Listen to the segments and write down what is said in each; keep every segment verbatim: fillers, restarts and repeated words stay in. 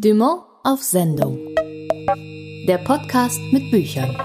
Dumont auf Sendung. Der Podcast mit Büchern.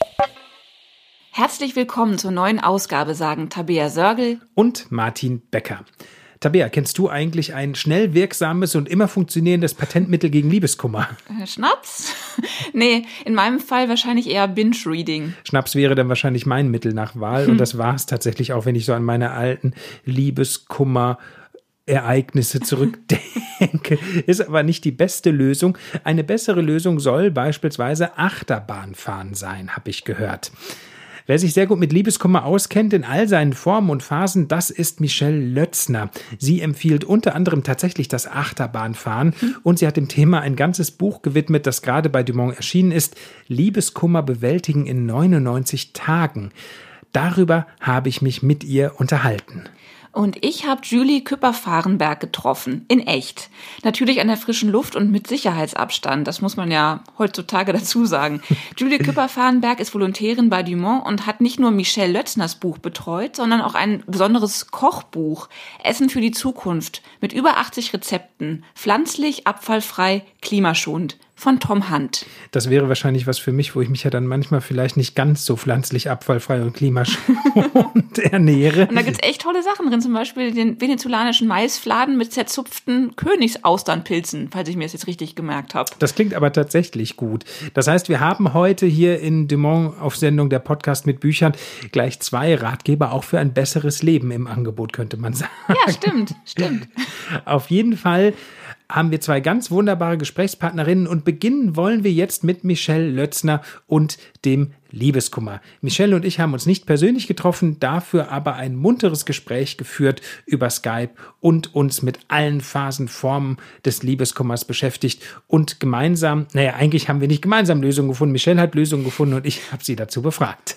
Herzlich willkommen zur neuen Ausgabe, sagen Tabea Sörgel und Martin Becker. Tabea, kennst du eigentlich ein schnell wirksames und immer funktionierendes Patentmittel gegen Liebeskummer? Äh, Schnaps? Nee, in meinem Fall wahrscheinlich eher Binge-Reading. Schnaps wäre dann wahrscheinlich mein Mittel nach Wahl hm. und das war es tatsächlich auch, wenn ich so an meine alten Liebeskummer Ereignisse zurückdenke. Ist aber nicht die beste Lösung. Eine bessere Lösung soll beispielsweise Achterbahnfahren sein, habe ich gehört. Wer sich sehr gut mit Liebeskummer auskennt, in all seinen Formen und Phasen, das ist Michelle Lötzner. Sie empfiehlt unter anderem tatsächlich das Achterbahnfahren hm. und sie hat dem Thema ein ganzes Buch gewidmet, das gerade bei Dumont erschienen ist, Liebeskummer bewältigen in neunundneunzig Tagen. Darüber habe ich mich mit ihr unterhalten. Und ich habe Julie Küpper-Fahrenberg getroffen, in echt. Natürlich an der frischen Luft und mit Sicherheitsabstand, das muss man ja heutzutage dazu sagen. Julie Küpper-Fahrenberg ist Volontärin bei Dumont und hat nicht nur Michelle Lötzners Buch betreut, sondern auch ein besonderes Kochbuch, Essen für die Zukunft, mit über achtzig Rezepten, pflanzlich, abfallfrei, klimaschonend. Von Tom Hunt. Das wäre wahrscheinlich was für mich, wo ich mich ja dann manchmal vielleicht nicht ganz so pflanzlich, abfallfrei und klimaschonend ernähre. Und da gibt's echt tolle Sachen drin, zum Beispiel den venezolanischen Maisfladen mit zerzupften Königsausternpilzen, falls ich mir das jetzt richtig gemerkt habe. Das klingt aber tatsächlich gut. Das heißt, wir haben heute hier in Dumont auf Sendung der Podcast mit Büchern gleich zwei Ratgeber auch für ein besseres Leben im Angebot, könnte man sagen. Ja, stimmt, stimmt. Auf jeden Fall haben wir zwei ganz wunderbare Gesprächspartnerinnen und beginnen wollen wir jetzt mit Michelle Lötzner und dem Liebeskummer. Michelle und ich haben uns nicht persönlich getroffen, dafür aber ein munteres Gespräch geführt über Skype und uns mit allen Phasenformen des Liebeskummers beschäftigt und gemeinsam, naja, eigentlich haben wir nicht gemeinsam Lösungen gefunden. Michelle hat Lösungen gefunden und ich habe sie dazu befragt.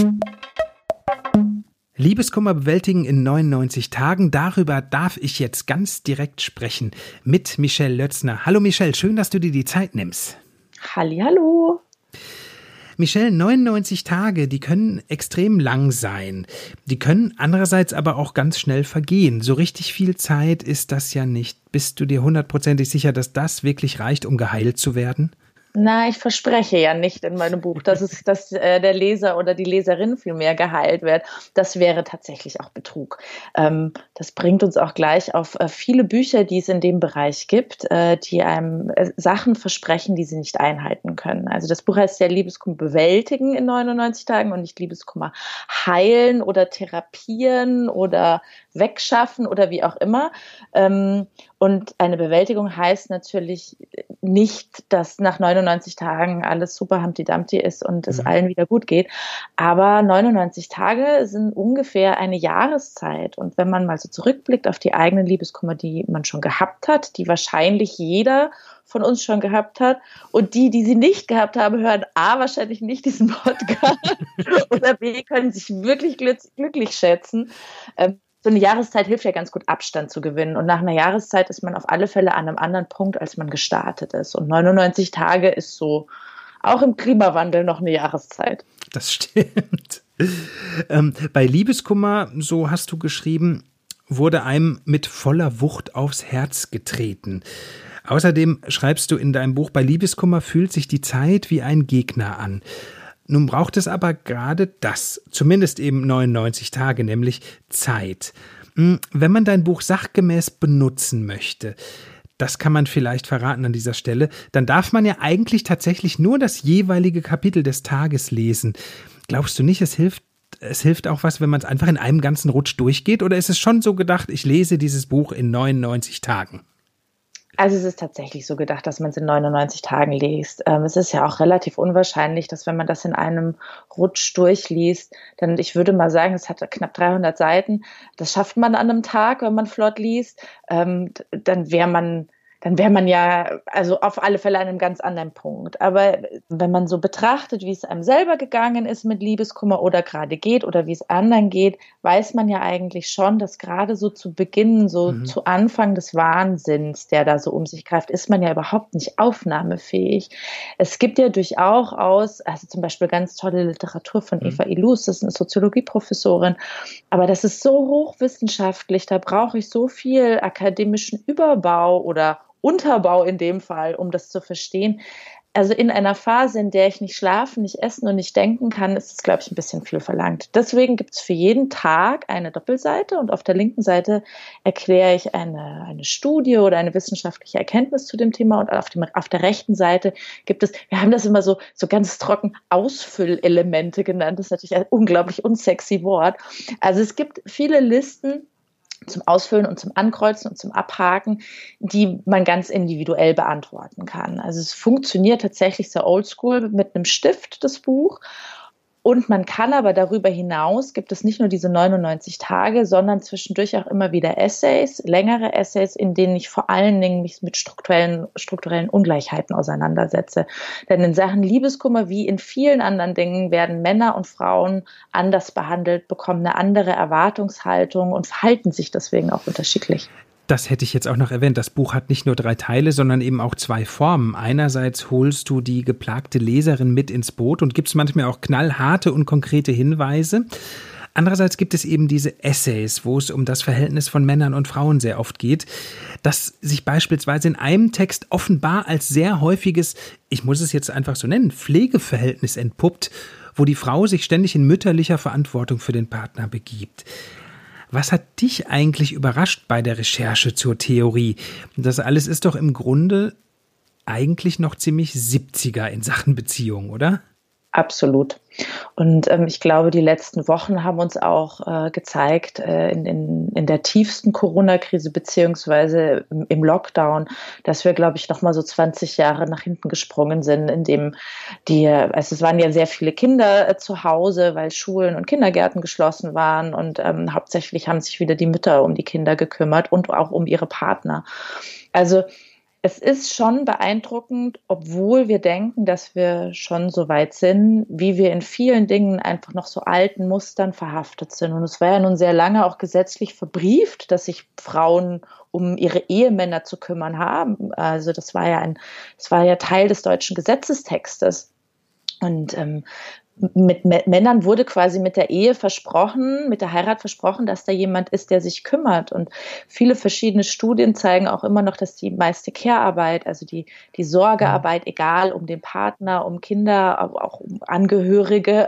Liebeskummer bewältigen in neunundneunzig Tagen, darüber darf ich jetzt ganz direkt sprechen mit Michelle Lötzner. Hallo Michelle, schön, dass du dir die Zeit nimmst. Hallihallo. Michelle, neunundneunzig Tage, die können extrem lang sein. Die können andererseits aber auch ganz schnell vergehen. So richtig viel Zeit ist das ja nicht. Bist du dir hundertprozentig sicher, dass das wirklich reicht, um geheilt zu werden? Na, ich verspreche ja nicht in meinem Buch, dass es, dass äh, der Leser oder die Leserin viel mehr geheilt wird. Das wäre tatsächlich auch Betrug. Ähm, das bringt uns auch gleich auf äh, viele Bücher, die es in dem Bereich gibt, äh, die einem äh, Sachen versprechen, die sie nicht einhalten können. Also das Buch heißt ja Liebeskummer bewältigen in neunundneunzig Tagen und nicht Liebeskummer heilen oder therapieren oder wegschaffen oder wie auch immer. Ähm, und eine Bewältigung heißt natürlich nicht, dass nach neunundneunzig Tagen alles super Humpty-Dumpty ist und es mhm. allen wieder gut geht. Aber neunundneunzig Tage sind ungefähr eine Jahreszeit. Und wenn man mal so zurückblickt auf die eigenen Liebeskummer, die man schon gehabt hat, die wahrscheinlich jeder von uns schon gehabt hat. Und die, die sie nicht gehabt haben, hören A, wahrscheinlich nicht diesen Podcast oder B, können sich wirklich glücklich schätzen. Ähm, So eine Jahreszeit hilft ja ganz gut, Abstand zu gewinnen. Und nach einer Jahreszeit ist man auf alle Fälle an einem anderen Punkt, als man gestartet ist. Und neunundneunzig Tage ist so auch im Klimawandel noch eine Jahreszeit. Das stimmt. Ähm, bei Liebeskummer, so hast du geschrieben, wurde einem mit voller Wucht aufs Herz getreten. Außerdem schreibst du in deinem Buch, bei Liebeskummer fühlt sich die Zeit wie ein Gegner an. Nun braucht es aber gerade das, zumindest eben neunundneunzig Tage, nämlich Zeit. Wenn man dein Buch sachgemäß benutzen möchte, das kann man vielleicht verraten an dieser Stelle, dann darf man ja eigentlich tatsächlich nur das jeweilige Kapitel des Tages lesen. Glaubst du nicht, es hilft, es hilft auch was, wenn man es einfach in einem ganzen Rutsch durchgeht? Oder ist es schon so gedacht, ich lese dieses Buch in neunundneunzig Tagen? Also es ist tatsächlich so gedacht, dass man es in neunundneunzig Tagen liest. Ähm, es ist ja auch relativ unwahrscheinlich, dass wenn man das in einem Rutsch durchliest, dann, ich würde mal sagen, es hat knapp dreihundert Seiten, das schafft man an einem Tag, wenn man flott liest, ähm, dann wäre man dann wäre man ja also auf alle Fälle an einem ganz anderen Punkt. Aber wenn man so betrachtet, wie es einem selber gegangen ist mit Liebeskummer oder gerade geht oder wie es anderen geht, weiß man ja eigentlich schon, dass gerade so zu Beginn, so mhm. zu Anfang des Wahnsinns, der da so um sich greift, ist man ja überhaupt nicht aufnahmefähig. Es gibt ja durchaus, also zum Beispiel ganz tolle Literatur von mhm. Eva Illouz, das ist eine Soziologieprofessorin, aber das ist so hochwissenschaftlich, da brauche ich so viel akademischen Überbau oder Unterbau in dem Fall, um das zu verstehen. Also in einer Phase, in der ich nicht schlafen, nicht essen und nicht denken kann, ist es, glaube ich, ein bisschen viel verlangt. Deswegen gibt es für jeden Tag eine Doppelseite und auf der linken Seite erkläre ich eine, eine Studie oder eine wissenschaftliche Erkenntnis zu dem Thema und auf, dem, auf der rechten Seite gibt es, wir haben das immer so, so ganz trocken Ausfüllelemente genannt, das ist natürlich ein unglaublich unsexy Wort. Also es gibt viele Listen zum Ausfüllen und zum Ankreuzen und zum Abhaken, die man ganz individuell beantworten kann. Also es funktioniert tatsächlich sehr oldschool mit einem Stift, das Buch. Und man kann aber darüber hinaus, gibt es nicht nur diese neunundneunzig Tage, sondern zwischendurch auch immer wieder Essays, längere Essays, in denen ich vor allen Dingen mich mit strukturellen, strukturellen Ungleichheiten auseinandersetze. Denn in Sachen Liebeskummer, wie in vielen anderen Dingen, werden Männer und Frauen anders behandelt, bekommen eine andere Erwartungshaltung und verhalten sich deswegen auch unterschiedlich. Das hätte ich jetzt auch noch erwähnt. Das Buch hat nicht nur drei Teile, sondern eben auch zwei Formen. Einerseits holst du die geplagte Leserin mit ins Boot und gibst manchmal auch knallharte und konkrete Hinweise. Andererseits gibt es eben diese Essays, wo es um das Verhältnis von Männern und Frauen sehr oft geht, das sich beispielsweise in einem Text offenbar als sehr häufiges, ich muss es jetzt einfach so nennen, Pflegeverhältnis entpuppt, wo die Frau sich ständig in mütterlicher Verantwortung für den Partner begibt. Was hat dich eigentlich überrascht bei der Recherche zur Theorie? Das alles ist doch im Grunde eigentlich noch ziemlich siebziger in Sachen Beziehung, oder? Absolut. Und ähm, ich glaube, die letzten Wochen haben uns auch äh, gezeigt, äh, in, in, in der tiefsten Corona-Krise beziehungsweise im, im Lockdown, dass wir, glaube ich, noch mal so zwanzig Jahre nach hinten gesprungen sind, in dem die, also es waren ja sehr viele Kinder äh, zu Hause, weil Schulen und Kindergärten geschlossen waren und ähm, hauptsächlich haben sich wieder die Mütter um die Kinder gekümmert und auch um ihre Partner. Also es ist schon beeindruckend, obwohl wir denken, dass wir schon so weit sind, wie wir in vielen Dingen einfach noch so alten Mustern verhaftet sind. Und es war ja nun sehr lange auch gesetzlich verbrieft, dass sich Frauen um ihre Ehemänner zu kümmern haben. Also das war ja ein, das war ja Teil des deutschen Gesetzestextes. Und ähm, mit M- Männern wurde quasi mit der Ehe versprochen, mit der Heirat versprochen, dass da jemand ist, der sich kümmert. Und viele verschiedene Studien zeigen auch immer noch, dass die meiste Care-Arbeit, also die, die Sorgearbeit, egal um den Partner, um Kinder, aber auch um Angehörige,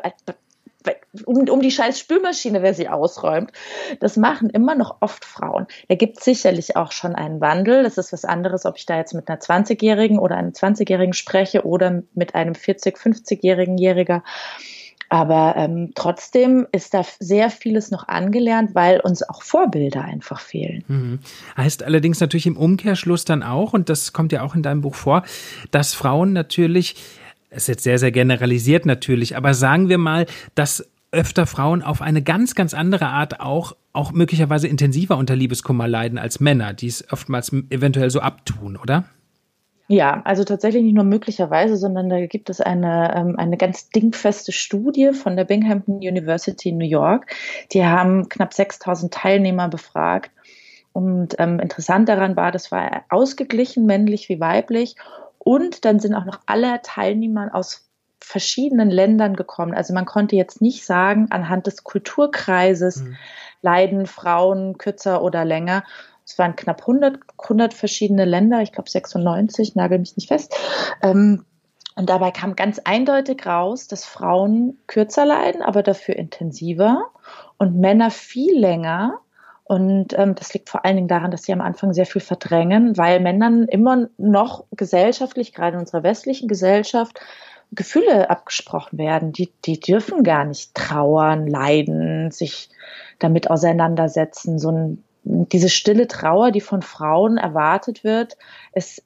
um, um die scheiß Spülmaschine, wer sie ausräumt, das machen immer noch oft Frauen. Da gibt es sicherlich auch schon einen Wandel. Das ist was anderes, ob ich da jetzt mit einer zwanzigjährigen oder einem zwanzigjährigen spreche oder mit einem vierzig-, fünfzigjährigen Jähriger. Aber ähm, trotzdem ist da sehr vieles noch angelernt, weil uns auch Vorbilder einfach fehlen. Mhm. Heißt allerdings natürlich im Umkehrschluss dann auch, und das kommt ja auch in deinem Buch vor, dass Frauen natürlich, es ist jetzt sehr, sehr generalisiert natürlich, aber sagen wir mal, dass öfter Frauen auf eine ganz, ganz andere Art auch, auch möglicherweise intensiver unter Liebeskummer leiden als Männer, die es oftmals eventuell so abtun, oder? Ja, also tatsächlich nicht nur möglicherweise, sondern da gibt es eine, ähm, eine ganz dingfeste Studie von der Binghamton University in New York. Die haben knapp sechstausend Teilnehmer befragt. Und ähm, interessant daran war, das war ausgeglichen, männlich wie weiblich. Und dann sind auch noch alle Teilnehmer aus verschiedenen Ländern gekommen. Also man konnte jetzt nicht sagen, anhand des Kulturkreises mhm. leiden Frauen kürzer oder länger. Es waren knapp hundert, hundert verschiedene Länder, ich glaube sechsundneunzig, nagel mich nicht fest. Ähm, und dabei kam ganz eindeutig raus, dass Frauen kürzer leiden, aber dafür intensiver und Männer viel länger. Und ähm, das liegt vor allen Dingen daran, dass sie am Anfang sehr viel verdrängen, weil Männern immer noch gesellschaftlich, gerade in unserer westlichen Gesellschaft, Gefühle abgesprochen werden. Die, die dürfen gar nicht trauern, leiden, sich damit auseinandersetzen. So ein Diese stille Trauer, die von Frauen erwartet wird, ist,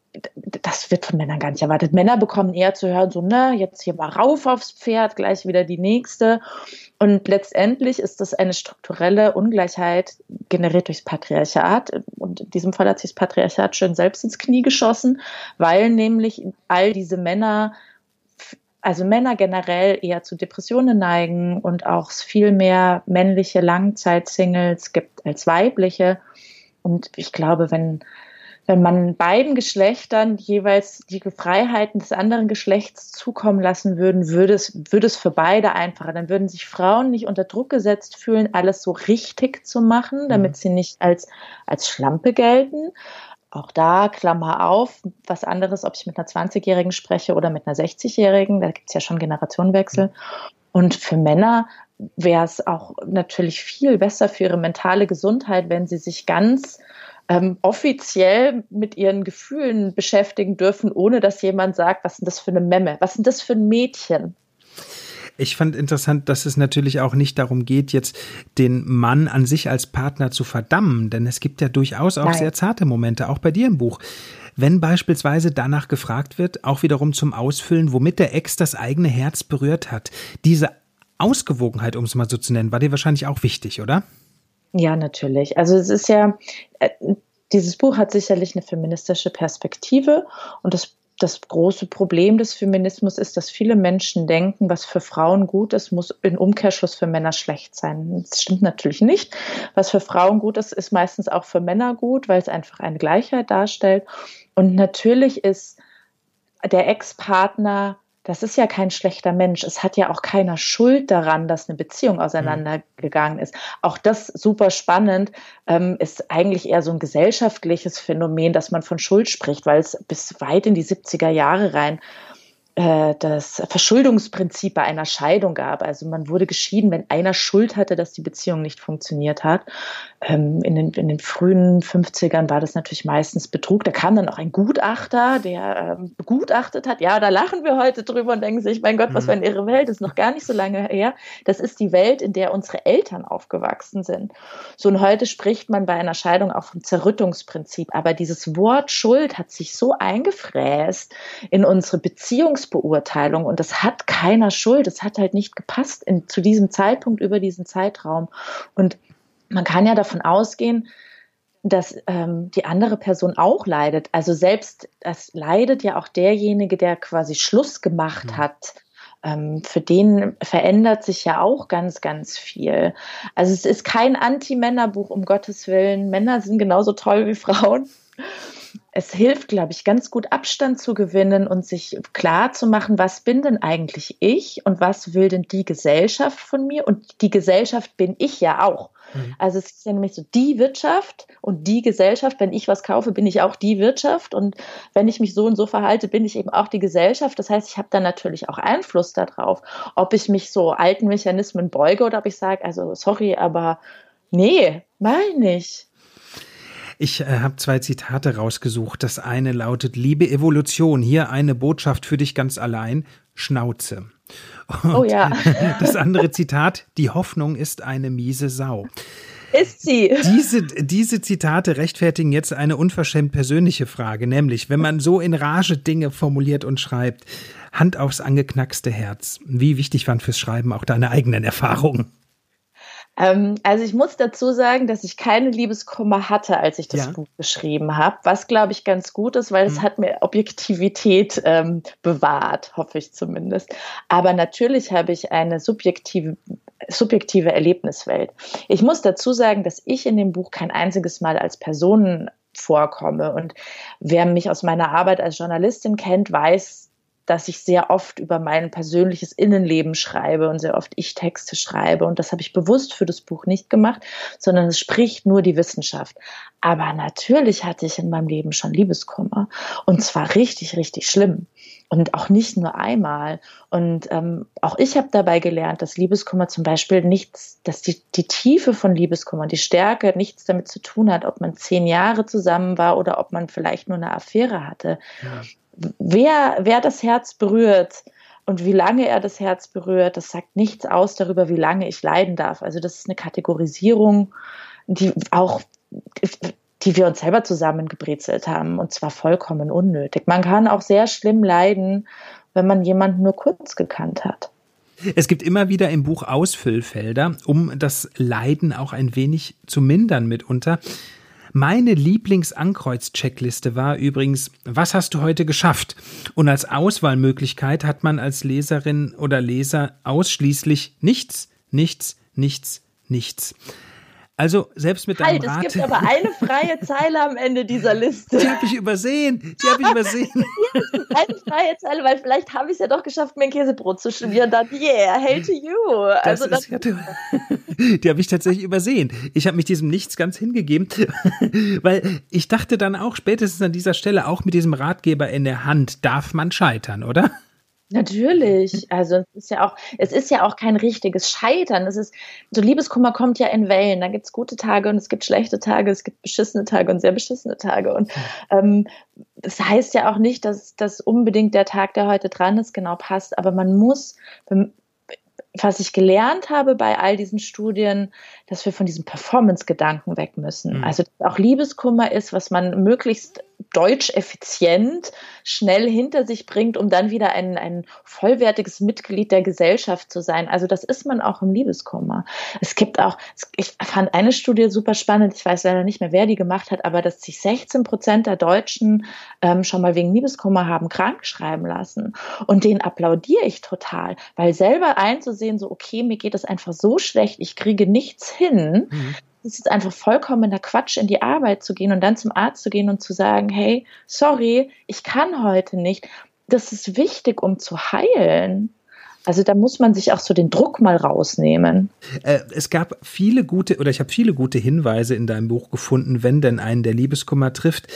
das wird von Männern gar nicht erwartet. Männer bekommen eher zu hören, so, ne, jetzt hier mal rauf aufs Pferd, gleich wieder die nächste. Und letztendlich ist das eine strukturelle Ungleichheit, generiert durchs Patriarchat. Und in diesem Fall hat sich das Patriarchat schön selbst ins Knie geschossen, weil nämlich all diese Männer, also Männer generell eher zu Depressionen neigen und auch es viel mehr männliche Langzeitsingles gibt als weibliche. Und ich glaube, wenn, wenn man beiden Geschlechtern jeweils die Freiheiten des anderen Geschlechts zukommen lassen würden, würde es, würde es für beide einfacher. Dann würden sich Frauen nicht unter Druck gesetzt fühlen, alles so richtig zu machen, damit sie nicht als, als Schlampe gelten. Auch da, Klammer auf, was anderes, ob ich mit einer zwanzigjährigen spreche oder mit einer sechzigjährigen, da gibt es ja schon Generationenwechsel. Und für Männer wäre es auch natürlich viel besser für ihre mentale Gesundheit, wenn sie sich ganz ähm, offiziell mit ihren Gefühlen beschäftigen dürfen, ohne dass jemand sagt, was ist denn das für eine Memme, was ist denn das für ein Mädchen? Ich fand interessant, dass es natürlich auch nicht darum geht, jetzt den Mann an sich als Partner zu verdammen, denn es gibt ja durchaus auch Nein. sehr zarte Momente, auch bei dir im Buch. Wenn beispielsweise danach gefragt wird, auch wiederum zum Ausfüllen, womit der Ex das eigene Herz berührt hat. Diese Ausgewogenheit, um es mal so zu nennen, war dir wahrscheinlich auch wichtig, oder? Ja, natürlich. Also es ist ja, äh, dieses Buch hat sicherlich eine feministische Perspektive und das Das große Problem des Feminismus ist, dass viele Menschen denken, was für Frauen gut ist, muss in Umkehrschluss für Männer schlecht sein. Das stimmt natürlich nicht. Was für Frauen gut ist, ist meistens auch für Männer gut, weil es einfach eine Gleichheit darstellt. Und natürlich ist der Ex-Partner, das ist ja kein schlechter Mensch. Es hat ja auch keiner Schuld daran, dass eine Beziehung auseinandergegangen ist. Auch das super spannend, ähm, ist eigentlich eher so ein gesellschaftliches Phänomen, dass man von Schuld spricht, weil es bis weit in die siebziger Jahre rein äh, das Verschuldungsprinzip bei einer Scheidung gab. Also man wurde geschieden, wenn einer Schuld hatte, dass die Beziehung nicht funktioniert hat. Ähm, in den, in den frühen fünfzigern war das natürlich meistens Betrug. Da kam dann auch ein Gutachter, der ähm, begutachtet hat. Ja, da lachen wir heute drüber und denken sich, mein Gott, was für eine irre Welt, das ist noch gar nicht so lange her. Das ist die Welt, in der unsere Eltern aufgewachsen sind. So, und heute spricht man bei einer Scheidung auch vom Zerrüttungsprinzip. Aber dieses Wort Schuld hat sich so eingefräst in unsere Beziehungsbeurteilung und das hat keiner Schuld. Das hat halt nicht gepasst in, zu diesem Zeitpunkt über diesen Zeitraum. Und man kann ja davon ausgehen, dass ähm, die andere Person auch leidet. Also selbst das leidet ja auch derjenige, der quasi Schluss gemacht mhm. hat. Ähm, für den verändert sich ja auch ganz, ganz viel. Also es ist kein Anti-Männer-Buch, um Gottes Willen. Männer sind genauso toll wie Frauen. Es hilft, glaube ich, ganz gut Abstand zu gewinnen und sich klar zu machen, was bin denn eigentlich ich und was will denn die Gesellschaft von mir? Und die Gesellschaft bin ich ja auch. Mhm. Also es ist ja nämlich so die Wirtschaft und die Gesellschaft. Wenn ich was kaufe, bin ich auch die Wirtschaft. Und wenn ich mich so und so verhalte, bin ich eben auch die Gesellschaft. Das heißt, ich habe dann natürlich auch Einfluss darauf, ob ich mich so alten Mechanismen beuge oder ob ich sage, also sorry, aber nee, mal nicht. Ich äh, habe zwei Zitate rausgesucht. Das eine lautet, liebe Evolution, hier eine Botschaft für dich ganz allein, Schnauze. Und oh ja. Das andere Zitat, die Hoffnung ist eine miese Sau. Ist sie. Diese, diese Zitate rechtfertigen jetzt eine unverschämt persönliche Frage, nämlich, wenn man so in Rage Dinge formuliert und schreibt, Hand aufs angeknackste Herz. Wie wichtig waren fürs Schreiben auch deine eigenen Erfahrungen? Ähm, also ich muss dazu sagen, dass ich keine Liebeskummer hatte, als ich das ja. Buch geschrieben habe, was, glaube ich, ganz gut ist, weil es mhm. hat mir Objektivität ähm, bewahrt, hoffe ich zumindest. Aber natürlich habe ich eine subjektive, subjektive Erlebniswelt. Ich muss dazu sagen, dass ich in dem Buch kein einziges Mal als Person vorkomme. Und wer mich aus meiner Arbeit als Journalistin kennt, weiß, dass ich sehr oft über mein persönliches Innenleben schreibe und sehr oft ich Texte schreibe. Und das habe ich bewusst für das Buch nicht gemacht, sondern es spricht nur die Wissenschaft. Aber natürlich hatte ich in meinem Leben schon Liebeskummer. Und zwar richtig, richtig schlimm. Und auch nicht nur einmal. Und ähm, auch ich habe dabei gelernt, dass Liebeskummer zum Beispiel nichts, dass die, die Tiefe von Liebeskummer, die Stärke nichts damit zu tun hat, ob man zehn Jahre zusammen war oder ob man vielleicht nur eine Affäre hatte. Ja. Wer, wer das Herz berührt und wie lange er das Herz berührt, das sagt nichts aus darüber, wie lange ich leiden darf. Also das ist eine Kategorisierung, die auch, die wir uns selber zusammengebrezelt haben und zwar vollkommen unnötig. Man kann auch sehr schlimm leiden, wenn man jemanden nur kurz gekannt hat. Es gibt immer wieder im Buch Ausfüllfelder, um das Leiden auch ein wenig zu mindern mitunter. Meine Lieblings-Ankreuz-Checkliste war übrigens, was hast du heute geschafft? Und als Auswahlmöglichkeit hat man als Leserin oder Leser ausschließlich nichts, nichts, nichts, nichts. Also selbst mit deinem halt, Rat... Es gibt aber eine freie Zeile am Ende dieser Liste. Die habe ich übersehen. Die habe ich übersehen. Eine freie Zeile, weil vielleicht habe ich es ja doch geschafft, mir ein Käsebrot zu schmieren. Dann, yeah, hail to you. Also das das ist, die habe ich tatsächlich übersehen. Ich habe mich diesem Nichts ganz hingegeben, weil ich dachte dann auch spätestens an dieser Stelle, auch mit diesem Ratgeber in der Hand, darf man scheitern, oder? Natürlich. Also es ist ja auch, es ist ja auch kein richtiges Scheitern. Es ist, so Liebeskummer kommt ja in Wellen. Da gibt es gute Tage und es gibt schlechte Tage, es gibt beschissene Tage und sehr beschissene Tage. Und ähm, das heißt ja auch nicht, dass, dass unbedingt der Tag, der heute dran ist, genau passt. Aber man muss, was ich gelernt habe bei all diesen Studien, dass wir von diesem Performance-Gedanken weg müssen. Mhm. Also auch Liebeskummer ist, was man möglichst deutsch effizient schnell hinter sich bringt, um dann wieder ein, ein vollwertiges Mitglied der Gesellschaft zu sein. Also das ist man auch im Liebeskummer. Es gibt auch, ich fand eine Studie super spannend, ich weiß leider nicht mehr, wer die gemacht hat, aber dass sich sechzehn Prozent der Deutschen ähm, schon mal wegen Liebeskummer haben krank schreiben lassen. Und denen applaudiere ich total, weil selber einzusehen, so okay, mir geht es einfach so schlecht, ich kriege nichts hin, mhm. Es ist einfach vollkommener Quatsch, in die Arbeit zu gehen und dann zum Arzt zu gehen und zu sagen, hey, sorry, ich kann heute nicht. Das ist wichtig, um zu heilen. Also da muss man sich auch so den Druck mal rausnehmen. Äh, es gab viele gute, oder ich habe viele gute Hinweise in deinem Buch gefunden, wenn denn einen der Liebeskummer trifft.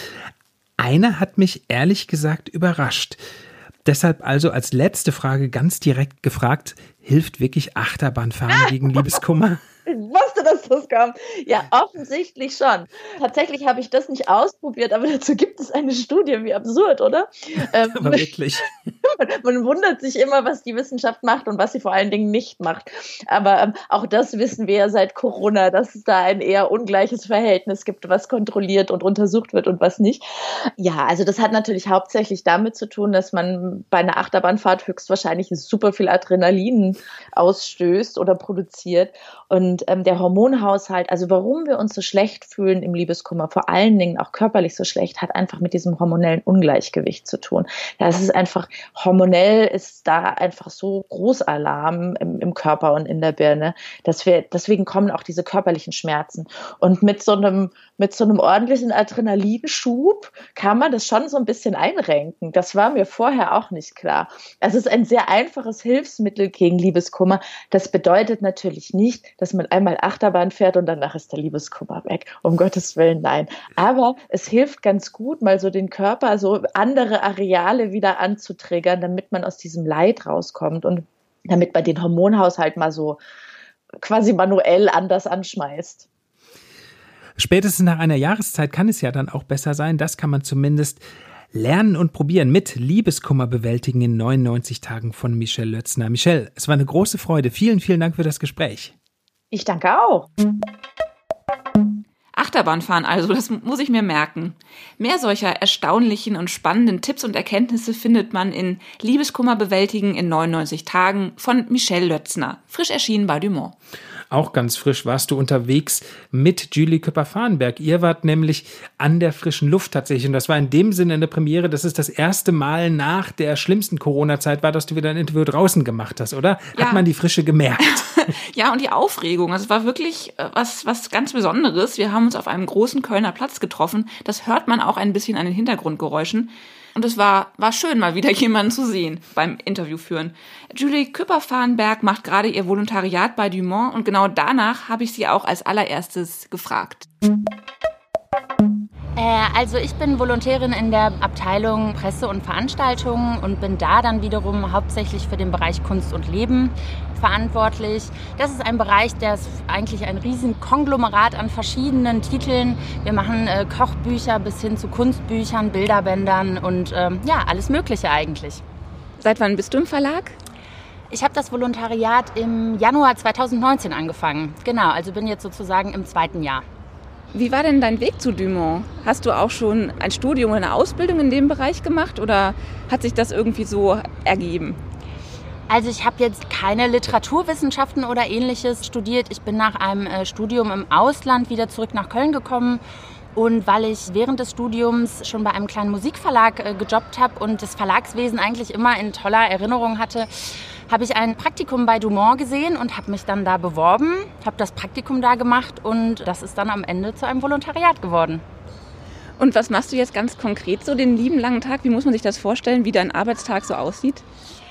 Einer hat mich ehrlich gesagt überrascht. Deshalb also als letzte Frage ganz direkt gefragt, hilft wirklich Achterbahnfahren gegen Liebeskummer? Ich wusste, dass das kommt. Ja, offensichtlich schon. Tatsächlich habe ich das nicht ausprobiert, aber dazu gibt es eine Studie. Wie absurd, oder? Ähm, aber wirklich. Man, man wundert sich immer, was die Wissenschaft macht und was sie vor allen Dingen nicht macht. Aber ähm, auch das wissen wir ja seit Corona, dass es da ein eher ungleiches Verhältnis gibt, was kontrolliert und untersucht wird und was nicht. Ja, also das hat natürlich hauptsächlich damit zu tun, dass man bei einer Achterbahnfahrt höchstwahrscheinlich super viel Adrenalin ausstößt oder produziert. Und ähm, der Hormonhaushalt, also warum wir uns so schlecht fühlen im Liebeskummer, vor allen Dingen auch körperlich so schlecht, hat einfach mit diesem hormonellen Ungleichgewicht zu tun. Das ist einfach, hormonell ist da einfach so Großalarm im, im Körper und in der Birne, dass wir, deswegen kommen auch diese körperlichen Schmerzen. Und mit so einem, mit so einem ordentlichen Adrenalinschub kann man das schon so ein bisschen einrenken. Das war mir vorher auch nicht klar. Also es ist ein sehr einfaches Hilfsmittel gegen Liebeskummer. Das bedeutet natürlich nicht, dass man einmal Achterbahn fährt und danach ist der Liebeskummer weg. Um Gottes Willen, nein. Aber es hilft ganz gut, mal so den Körper, so andere Areale wieder anzutriggern, damit man aus diesem Leid rauskommt und damit man den Hormonhaushalt mal so quasi manuell anders anschmeißt. Spätestens nach einer Jahreszeit kann es ja dann auch besser sein. Das kann man zumindest lernen und probieren mit Liebeskummer bewältigen in neunundneunzig Tagen von Michelle Lötzner. Michelle, es war eine große Freude. Vielen, vielen Dank für das Gespräch. Ich danke auch. Achterbahnfahren also, das muss ich mir merken. Mehr solcher erstaunlichen und spannenden Tipps und Erkenntnisse findet man in Liebeskummer bewältigen in neunundneunzig Tagen von Michelle Lötzner. Frisch erschienen bei Dumont. Auch ganz frisch warst du unterwegs mit Julie Küpper-Fahrenberg. Ihr wart nämlich an der frischen Luft tatsächlich. Und das war in dem Sinne eine Premiere, dass es das erste Mal nach der schlimmsten Corona-Zeit war, dass du wieder ein Interview draußen gemacht hast, oder? Ja. Hat man die Frische gemerkt? Ja, und die Aufregung. Also es war wirklich was, was ganz Besonderes. Wir haben uns auf einem großen Kölner Platz getroffen. Das hört man auch ein bisschen an den Hintergrundgeräuschen. Und es war, war schön, mal wieder jemanden zu sehen beim Interview führen. Julie Küpper-Fahrenberg macht gerade ihr Volontariat bei Dumont und genau danach habe ich sie auch als allererstes gefragt. Also ich bin Volontärin in der Abteilung Presse und Veranstaltungen und bin da dann wiederum hauptsächlich für den Bereich Kunst und Leben verantwortlich. Das ist ein Bereich, der ist eigentlich ein riesen Konglomerat an verschiedenen Titeln. Wir machen äh, Kochbücher bis hin zu Kunstbüchern, Bilderbändern und ähm, ja, alles Mögliche eigentlich. Seit wann bist du im Verlag? Ich habe das Volontariat im Januar zweitausendneunzehn angefangen. Genau, also bin jetzt sozusagen im zweiten Jahr. Wie war denn dein Weg zu Dumont? Hast du auch schon ein Studium oder eine Ausbildung in dem Bereich gemacht oder hat sich das irgendwie so ergeben? Also ich habe jetzt keine Literaturwissenschaften oder Ähnliches studiert. Ich bin nach einem äh, Studium im Ausland wieder zurück nach Köln gekommen Und weil ich während des Studiums schon bei einem kleinen Musikverlag äh, gejobbt habe und das Verlagswesen eigentlich immer in toller Erinnerung hatte, habe ich ein Praktikum bei Dumont gesehen und habe mich dann da beworben, habe das Praktikum da gemacht und das ist dann am Ende zu einem Volontariat geworden. Und was machst du jetzt ganz konkret so den lieben langen Tag? Wie muss man sich das vorstellen, wie dein Arbeitstag so aussieht?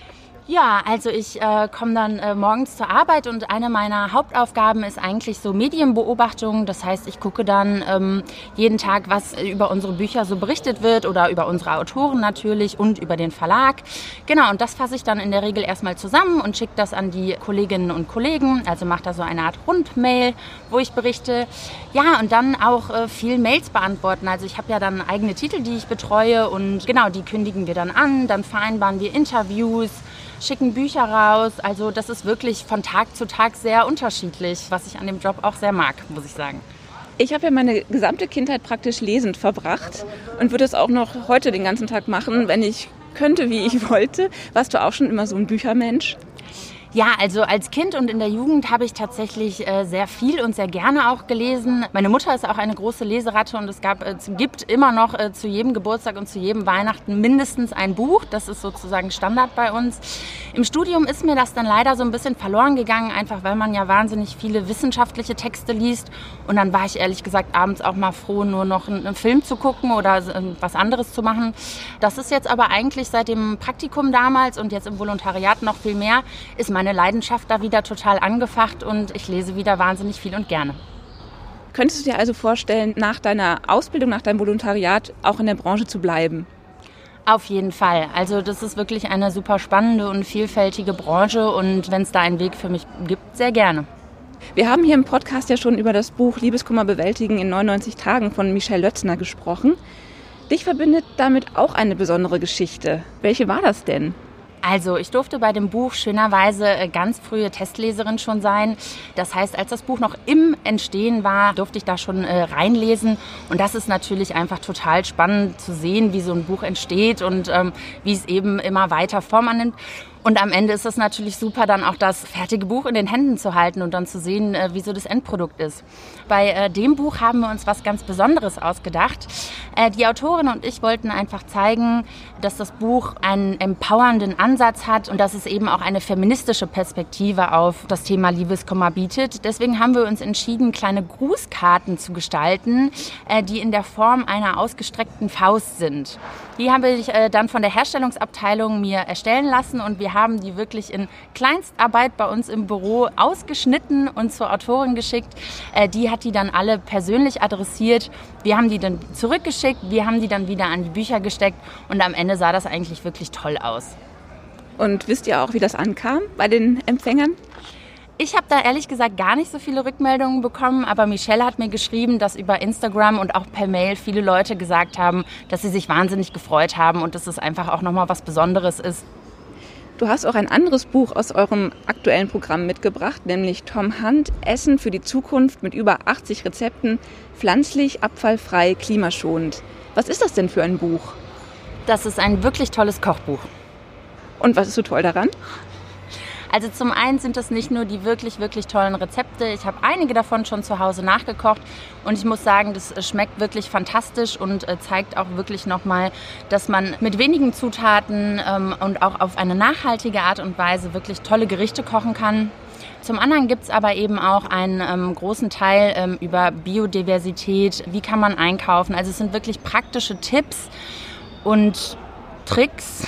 Ja, also ich äh, komme dann äh, morgens zur Arbeit und eine meiner Hauptaufgaben ist eigentlich so Medienbeobachtung. Das heißt, ich gucke dann ähm, jeden Tag, was über unsere Bücher so berichtet wird oder über unsere Autoren natürlich und über den Verlag. Genau, und das fasse ich dann in der Regel erstmal zusammen und schicke das an die Kolleginnen und Kollegen. Also mache da so eine Art Rundmail, wo ich berichte. Ja, und dann auch äh, viel Mails beantworten. Also ich habe ja dann eigene Titel, die ich betreue und genau, die kündigen wir dann an. Dann vereinbaren wir Interviews, schicken Bücher raus. Also das ist wirklich von Tag zu Tag sehr unterschiedlich, was ich an dem Job auch sehr mag, muss ich sagen. Ich habe ja meine gesamte Kindheit praktisch lesend verbracht und würde es auch noch heute den ganzen Tag machen, wenn ich könnte, wie ich wollte. Warst du auch schon immer so ein Büchermensch? Ja, also als Kind und in der Jugend habe ich tatsächlich äh, sehr viel und sehr gerne auch gelesen. Meine Mutter ist auch eine große Leseratte und es gab, äh, gibt immer noch äh, zu jedem Geburtstag und zu jedem Weihnachten mindestens ein Buch. Das ist sozusagen Standard bei uns. Im Studium ist mir das dann leider so ein bisschen verloren gegangen, einfach weil man ja wahnsinnig viele wissenschaftliche Texte liest. Und dann war ich ehrlich gesagt abends auch mal froh, nur noch einen, einen Film zu gucken oder äh, was anderes zu machen. Das ist jetzt aber eigentlich seit dem Praktikum damals und jetzt im Volontariat noch viel mehr, ist meine Leidenschaft da wieder total angefacht und ich lese wieder wahnsinnig viel und gerne. Könntest du dir also vorstellen, nach deiner Ausbildung, nach deinem Volontariat auch in der Branche zu bleiben? Auf jeden Fall. Also das ist wirklich eine super spannende und vielfältige Branche und wenn es da einen Weg für mich gibt, sehr gerne. Wir haben hier im Podcast ja schon über das Buch Liebeskummer bewältigen in neunundneunzig Tagen von Michelle Lötzner gesprochen. Dich verbindet damit auch eine besondere Geschichte. Welche war das denn? Also ich durfte bei dem Buch schönerweise ganz frühe Testleserin schon sein. Das heißt, als das Buch noch im Entstehen war, durfte ich da schon äh, reinlesen. Und das ist natürlich einfach total spannend zu sehen, wie so ein Buch entsteht und ähm, wie es eben immer weiter Form annimmt. Und am Ende ist es natürlich super, dann auch das fertige Buch in den Händen zu halten und dann zu sehen, wie so das Endprodukt ist. Bei äh, dem Buch haben wir uns was ganz Besonderes ausgedacht. Äh, die Autorin und ich wollten einfach zeigen, dass das Buch einen empowernden Ansatz hat und dass es eben auch eine feministische Perspektive auf das Thema Liebeskummer bietet. Deswegen haben wir uns entschieden, kleine Grußkarten zu gestalten, äh, die in der Form einer ausgestreckten Faust sind. Die habe ich äh, dann von der Herstellungsabteilung mir erstellen lassen und wir haben die wirklich in Kleinstarbeit bei uns im Büro ausgeschnitten und zur Autorin geschickt. Äh, die hat die dann alle persönlich adressiert. Wir haben die dann zurückgeschickt, wir haben die dann wieder an die Bücher gesteckt und am Ende sah das eigentlich wirklich toll aus. Und wisst ihr auch, wie das ankam bei den Empfängern? Ich habe da ehrlich gesagt gar nicht so viele Rückmeldungen bekommen, aber Michelle hat mir geschrieben, dass über Instagram und auch per Mail viele Leute gesagt haben, dass sie sich wahnsinnig gefreut haben und dass es einfach auch nochmal was Besonderes ist. Du hast auch ein anderes Buch aus eurem aktuellen Programm mitgebracht, nämlich Tom Hunt, Essen für die Zukunft mit über achtzig Rezepten, pflanzlich, abfallfrei, klimaschonend. Was ist das denn für ein Buch? Das ist ein wirklich tolles Kochbuch. Und was ist so toll daran? Also zum einen sind das nicht nur die wirklich, wirklich tollen Rezepte. Ich habe einige davon schon zu Hause nachgekocht und ich muss sagen, das schmeckt wirklich fantastisch und zeigt auch wirklich nochmal, dass man mit wenigen Zutaten ähm, und auch auf eine nachhaltige Art und Weise wirklich tolle Gerichte kochen kann. Zum anderen gibt es aber eben auch einen ähm, großen Teil ähm, über Biodiversität, wie kann man einkaufen. Also es sind wirklich praktische Tipps und Tricks,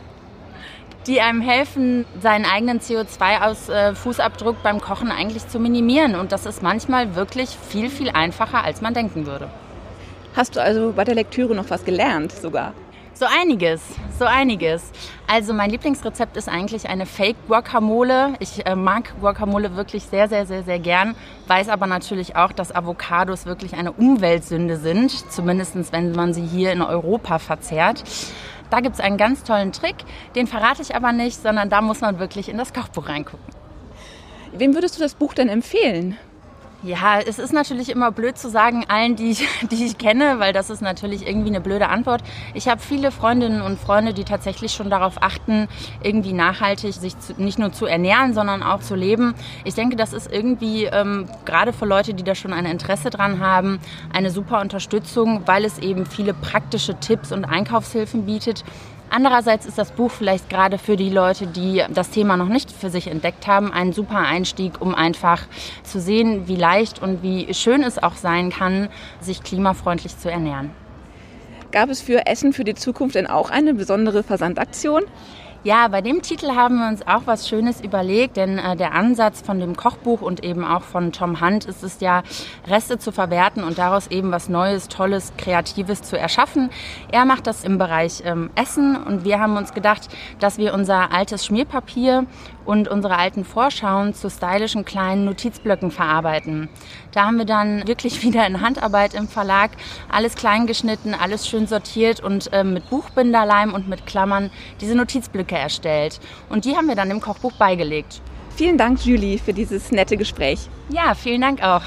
die einem helfen, seinen eigenen C O zwei Fußabdruck beim Kochen eigentlich zu minimieren. Und das ist manchmal wirklich viel, viel einfacher, als man denken würde. Hast du also bei der Lektüre noch was gelernt sogar? So einiges, so einiges. Also mein Lieblingsrezept ist eigentlich eine Fake-Guacamole. Ich äh, mag Guacamole wirklich sehr, sehr, sehr, sehr gern. Weiß aber natürlich auch, dass Avocados wirklich eine Umweltsünde sind. Zumindest wenn man sie hier in Europa verzehrt. Da gibt es einen ganz tollen Trick, den verrate ich aber nicht, sondern da muss man wirklich in das Kochbuch reingucken. Wem würdest du das Buch denn empfehlen? Ja, es ist natürlich immer blöd zu sagen, allen, die ich, die ich kenne, weil das ist natürlich irgendwie eine blöde Antwort. Ich habe viele Freundinnen und Freunde, die tatsächlich schon darauf achten, irgendwie nachhaltig sich zu, nicht nur zu ernähren, sondern auch zu leben. Ich denke, das ist irgendwie ähm, gerade für Leute, die da schon ein Interesse dran haben, eine super Unterstützung, weil es eben viele praktische Tipps und Einkaufshilfen bietet. Andererseits ist das Buch vielleicht gerade für die Leute, die das Thema noch nicht für sich entdeckt haben, ein super Einstieg, um einfach zu sehen, wie leicht und wie schön es auch sein kann, sich klimafreundlich zu ernähren. Gab es für Essen für die Zukunft denn auch eine besondere Versandaktion? Ja, bei dem Titel haben wir uns auch was Schönes überlegt, denn äh, der Ansatz von dem Kochbuch und eben auch von Tom Hunt ist es ja, Reste zu verwerten und daraus eben was Neues, Tolles, Kreatives zu erschaffen. Er macht das im Bereich ähm, Essen und wir haben uns gedacht, dass wir unser altes Schmierpapier und unsere alten Vorschauen zu stylischen kleinen Notizblöcken verarbeiten. Da haben wir dann wirklich wieder in Handarbeit im Verlag alles klein geschnitten, alles schön sortiert und äh, mit Buchbinderleim und mit Klammern diese Notizblöcke erstellt. Und die haben wir dann im Kochbuch beigelegt. Vielen Dank, Julie, für dieses nette Gespräch. Ja, vielen Dank auch.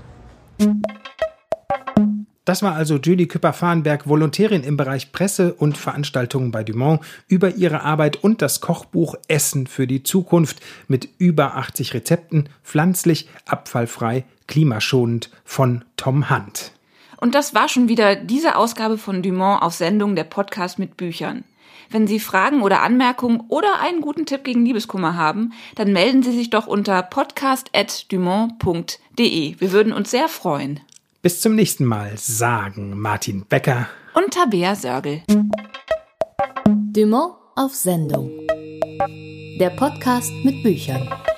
Das war also Julie Küpper-Fahrenberg, Volontärin im Bereich Presse und Veranstaltungen bei Dumont, über ihre Arbeit und das Kochbuch Essen für die Zukunft mit über achtzig Rezepten, pflanzlich, abfallfrei, klimaschonend von Tom Hunt. Und das war schon wieder diese Ausgabe von Dumont auf Sendung, der Podcast mit Büchern. Wenn Sie Fragen oder Anmerkungen oder einen guten Tipp gegen Liebeskummer haben, dann melden Sie sich doch unter podcast at dumont punkt de. Wir würden uns sehr freuen. Bis zum nächsten Mal, sagen Martin Becker und Tabea Sörgel. Dumont auf Sendung. Der Podcast mit Büchern.